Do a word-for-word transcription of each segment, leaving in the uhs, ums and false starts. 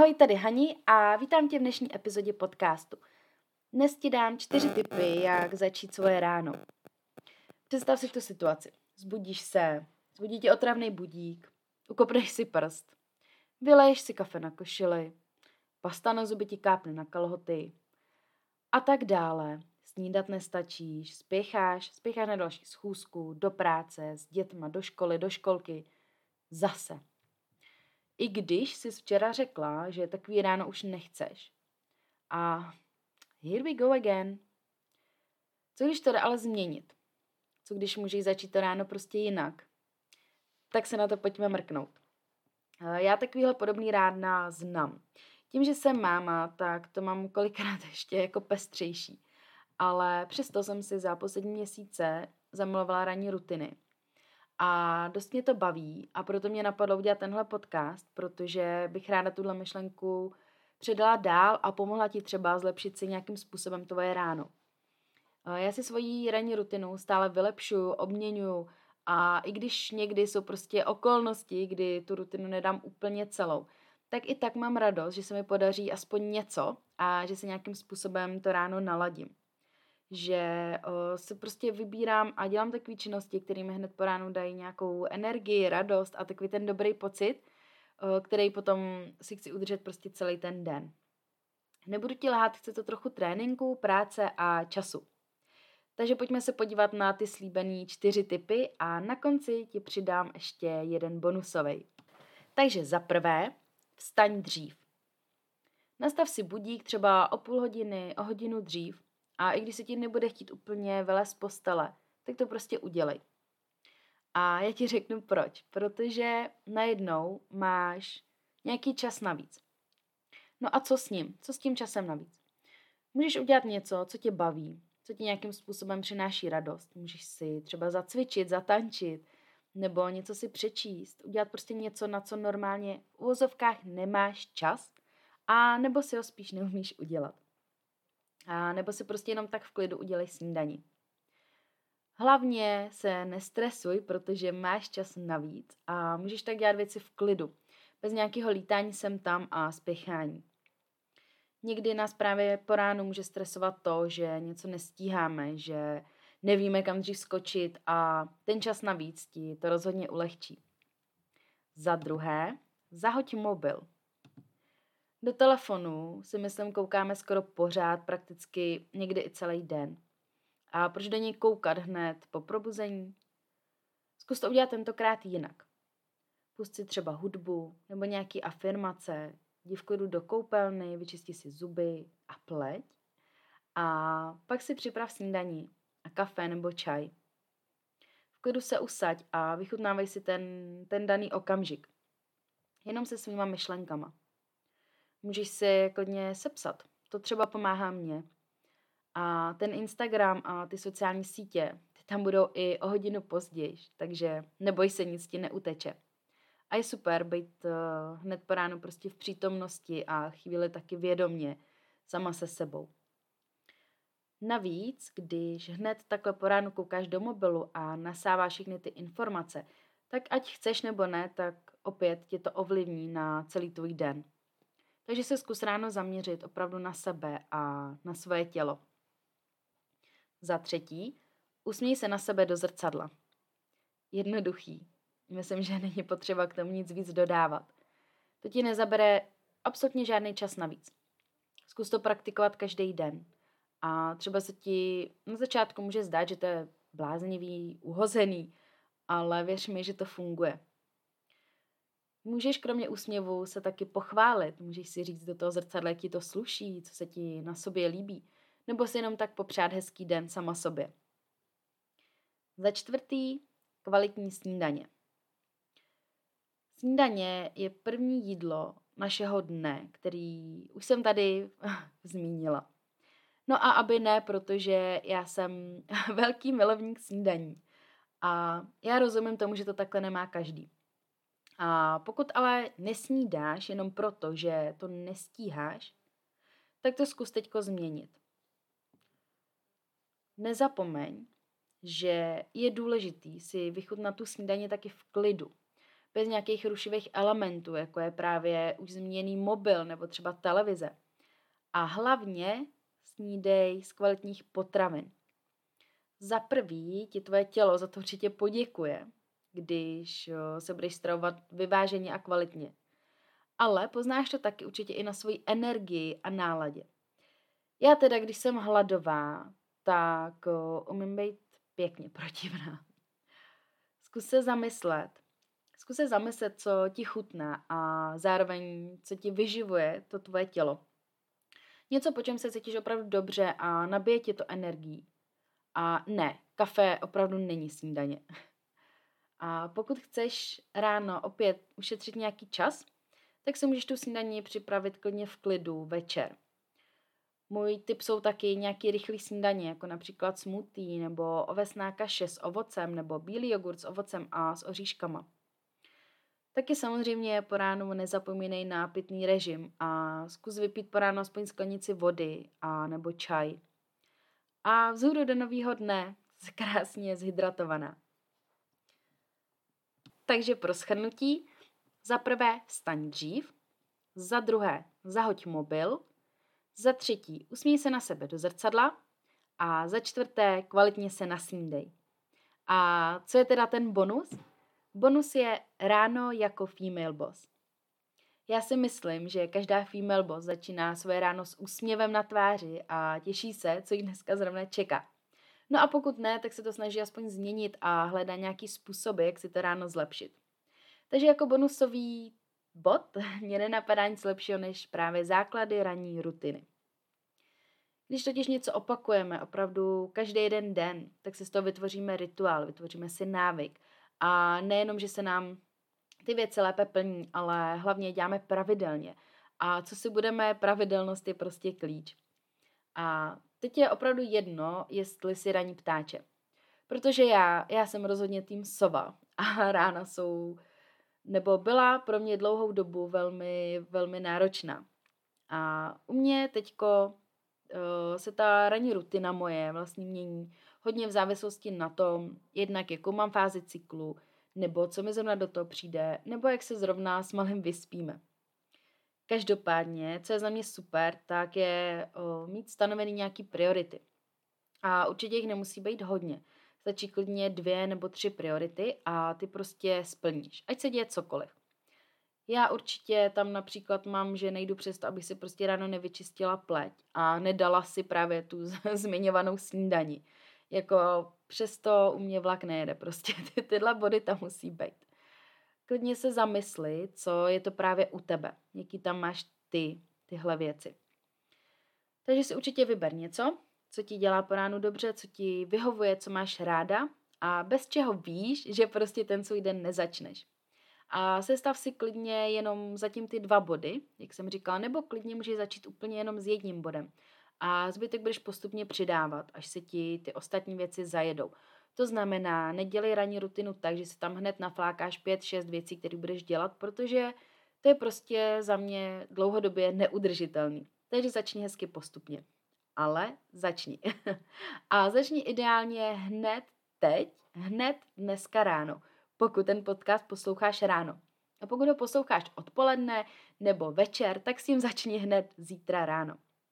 Ahoj, tady Hani a vítám tě v dnešní epizodě podcastu. Dnes ti dám čtyři tipy, jak začít svoje ráno. Představ si tu situaci. Zbudíš se, zbudí tě otravný budík, ukopneš si prst, vyleješ si kafe na košili, pasta na zuby ti kápne na kalhoty a tak dále. Snídat nestačíš, spěcháš, spěcháš na další schůzku, do práce, s dětma, do školy, do školky, zase. I když jsi včera řekla, že takový ráno už nechceš. A here we go again. Co když to jde ale změnit? Co když můžeš začít to ráno prostě jinak? Tak se na to pojďme mrknout. Já takovýhle podobný rána znám. Tím, že jsem máma, tak to mám kolikrát ještě jako pestřejší. Ale přesto jsem si za poslední měsíce zamilovala ranní rutiny. A dost mě to baví a proto mě napadlo udělat tenhle podcast, protože bych ráda tuhle myšlenku předala dál a pomohla ti třeba zlepšit si nějakým způsobem tvoje ráno. Já si svoji ranní rutinu stále vylepšuju, obměňuju a i když někdy jsou prostě okolnosti, kdy tu rutinu nedám úplně celou, tak i tak mám radost, že se mi podaří aspoň něco a že se nějakým způsobem to ráno naladím. Že o, se prostě vybírám a dělám takové činnosti, které mi hned po ránu dají nějakou energii, radost a takový ten dobrý pocit, o, který potom si chci udržet prostě celý ten den. Nebudu ti lhát, chce to trochu tréninku, práce a času. Takže pojďme se podívat na ty slíbený čtyři tipy a na konci ti přidám ještě jeden bonusový. Takže za prvé, vstaň dřív. Nastav si budík třeba o půl hodiny, o hodinu dřív, a i když se ti nebude chtít úplně vylézt z postele, tak to prostě udělej. A já ti řeknu proč. Protože najednou máš nějaký čas navíc. No a co s ním? Co s tím časem navíc? Můžeš udělat něco, co tě baví, co ti nějakým způsobem přináší radost. Můžeš si třeba zacvičit, zatančit, nebo něco si přečíst. Udělat prostě něco, na co normálně v uvozovkách nemáš čas, a nebo si ho spíš neumíš udělat. A nebo si prostě jenom tak v klidu udělej snídani. Hlavně se nestresuj, protože máš čas navíc a můžeš tak dělat věci v klidu, bez nějakého lítání sem tam a spěchání. Někdy nás právě po ránu může stresovat to, že něco nestíháme, že nevíme, kam dřív skočit a ten čas navíc ti to rozhodně ulehčí. Za druhé, zahoď mobil. Do telefonu si myslím koukáme skoro pořád, prakticky někdy i celý den. A proč do něj koukat hned po probuzení? Zkus to udělat tentokrát jinak. Pust si třeba hudbu nebo nějaký afirmace, jdi v klidu do koupelny, vyčisti si zuby a pleť a pak si připrav snídani a kafe nebo čaj. V klidu se usaď a vychutnávej si ten, ten daný okamžik. Jenom se svýma myšlenkama. Můžeš si klidně sepsat. To třeba pomáhá mně. A ten Instagram a ty sociální sítě, ty tam budou i o hodinu později, takže neboj se, nic ti neuteče. A je super být uh, hned po ránu prostě v přítomnosti a chvíli taky vědomě sama se sebou. Navíc, když hned takhle po ránu koukáš do mobilu a nasáváš všechny ty informace, tak ať chceš nebo ne, tak opět tě to ovlivní na celý tvůj den. Takže se zkus ráno zaměřit opravdu na sebe a na svoje tělo. Za třetí, usměj se na sebe do zrcadla. Jednoduchý. Myslím, že není potřeba k tomu nic víc dodávat. To ti nezabere absolutně žádný čas navíc. Zkus to praktikovat každý den. A třeba se ti na začátku může zdát, že to je bláznivý, uhozený, ale věř mi, že to funguje. Můžeš kromě úsměvu se taky pochválit, můžeš si říct do toho zrcadla, jak ti to sluší, co se ti na sobě líbí, nebo si jenom tak popřát hezký den sama sobě. Za čtvrtý, kvalitní snídaně. Snídaně je první jídlo našeho dne, který už jsem tady zmínila. No a aby ne, protože já jsem velký milovník snídaní a já rozumím tomu, že to takhle nemá každý. A pokud ale nesnídáš jenom proto, že to nestíháš, tak to zkus teďko změnit. Nezapomeň, že je důležitý si vychutnat tu snídaně taky v klidu, bez nějakých rušivých elementů, jako je právě už zmíněný mobil nebo třeba televize. A hlavně snídej z kvalitních potravin. Za prvý ti tvoje tělo za to určitě poděkuje, když se budeš stravovat vyváženě a kvalitně. Ale poznáš to taky určitě i na svoji energii a náladě. Já teda, když jsem hladová, tak umím být pěkně protivná. Zkus se zamyslet. Zkus se zamyslet, co ti chutná a zároveň, co ti vyživuje to tvoje tělo. Něco, po čem se cítíš opravdu dobře a nabije ti to energií. A ne, kafe opravdu není snídaně. A pokud chceš ráno opět ušetřit nějaký čas, tak si můžeš tu snídaní připravit klidně v klidu večer. Můj tip jsou taky nějaký rychlý snídaně, jako například smoothie nebo ovesná kaše s ovocem nebo bílý jogurt s ovocem a s oříškama. Taky samozřejmě po ránu nezapomínej na pitný režim a zkus vypít po ránu aspoň sklenici vody a nebo čaj. A vzhůru do nového dne jsi krásně zhydratovaná. Takže pro shrnutí, za prvé vstaň dřív, za druhé zahoď mobil, za třetí usmíj se na sebe do zrcadla a za čtvrté kvalitně se nasnídej. A co je teda ten bonus? Bonus je ráno jako female boss. Já si myslím, že každá female boss začíná svoje ráno s úsměvem na tváři a těší se, co jí dneska zrovna čeká. No a pokud ne, tak se to snaží aspoň změnit a hledá nějaký způsoby, jak si to ráno zlepšit. Takže jako bonusový bod mě nenapadá nic lepšího než právě základy ranní rutiny. Když totiž něco opakujeme opravdu každý jeden den, tak si z toho vytvoříme rituál, vytvoříme si návyk. A nejenom, že se nám ty věci lépe plní, ale hlavně děláme pravidelně. A co si budeme, pravidelnost je prostě klíč. A teď je opravdu jedno, jestli si raní ptáče. Protože já, já jsem rozhodně tým sova a rána jsou, nebo byla pro mě dlouhou dobu velmi, velmi náročná. A u mě teďko uh, se ta ranní rutina moje vlastně mění hodně v závislosti na tom, jednak jakou mám fázi cyklu, nebo co mi zrovna do toho přijde, nebo jak se zrovna s malým vyspíme. Každopádně, co je za mě super, tak je o, mít stanovený nějaký priority. A určitě jich nemusí být hodně. Stačí klidně dvě nebo tři priority a ty prostě splníš. Ať se děje cokoliv. Já určitě tam například mám, že nejdu přes to, abych si prostě ráno nevyčistila pleť a nedala si právě tu zmiňovanou snídani. Jako přesto u mě vlak nejede, prostě ty, tyhle body tam musí být. Klidně se zamysli, co je to právě u tebe, jaký tam máš ty, tyhle věci. Takže si určitě vyber něco, co ti dělá po ránu dobře, co ti vyhovuje, co máš ráda a bez čeho víš, že prostě ten svůj den nezačneš. A sestav si klidně jenom zatím ty dva body, jak jsem říkala, nebo klidně můžeš začít úplně jenom s jedním bodem. A zbytek budeš postupně přidávat, až se ti ty ostatní věci zajedou. To znamená, nedělej ranní rutinu tak, že si tam hned naflákáš pět, šest věcí, které budeš dělat, protože to je prostě za mě dlouhodobě neudržitelný. Takže začni hezky postupně. Ale začni. A začni ideálně hned teď, hned dneska ráno, pokud ten podcast posloucháš ráno. A pokud ho posloucháš odpoledne nebo večer, tak s tím začni hned zítra ráno.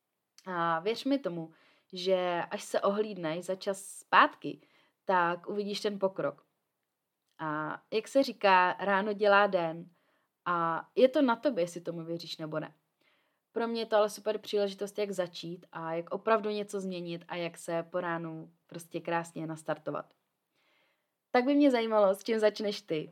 A věř mi tomu, že až se ohlídneš za čas zpátky, tak uvidíš ten pokrok. A jak se říká, ráno dělá den a je to na tobě, jestli tomu věříš nebo ne. Pro mě je to ale super příležitost, jak začít a jak opravdu něco změnit a jak se po ránu prostě krásně nastartovat. Tak by mě zajímalo, s čím začneš ty.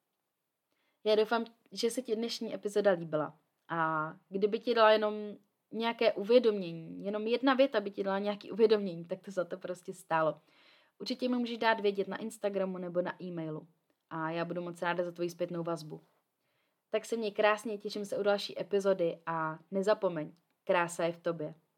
Já doufám, že se ti dnešní epizoda líbila. A kdyby ti dala jenom nějaké uvědomění, jenom jedna věta by ti dala nějaké uvědomění, tak to za to prostě stálo. Určitě mi můžeš dát vědět na Instagramu nebo na e-mailu. A já budu moc ráda za tvoji zpětnou vazbu. Tak se měj krásně, těším se u další epizody a nezapomeň, krása je v tobě.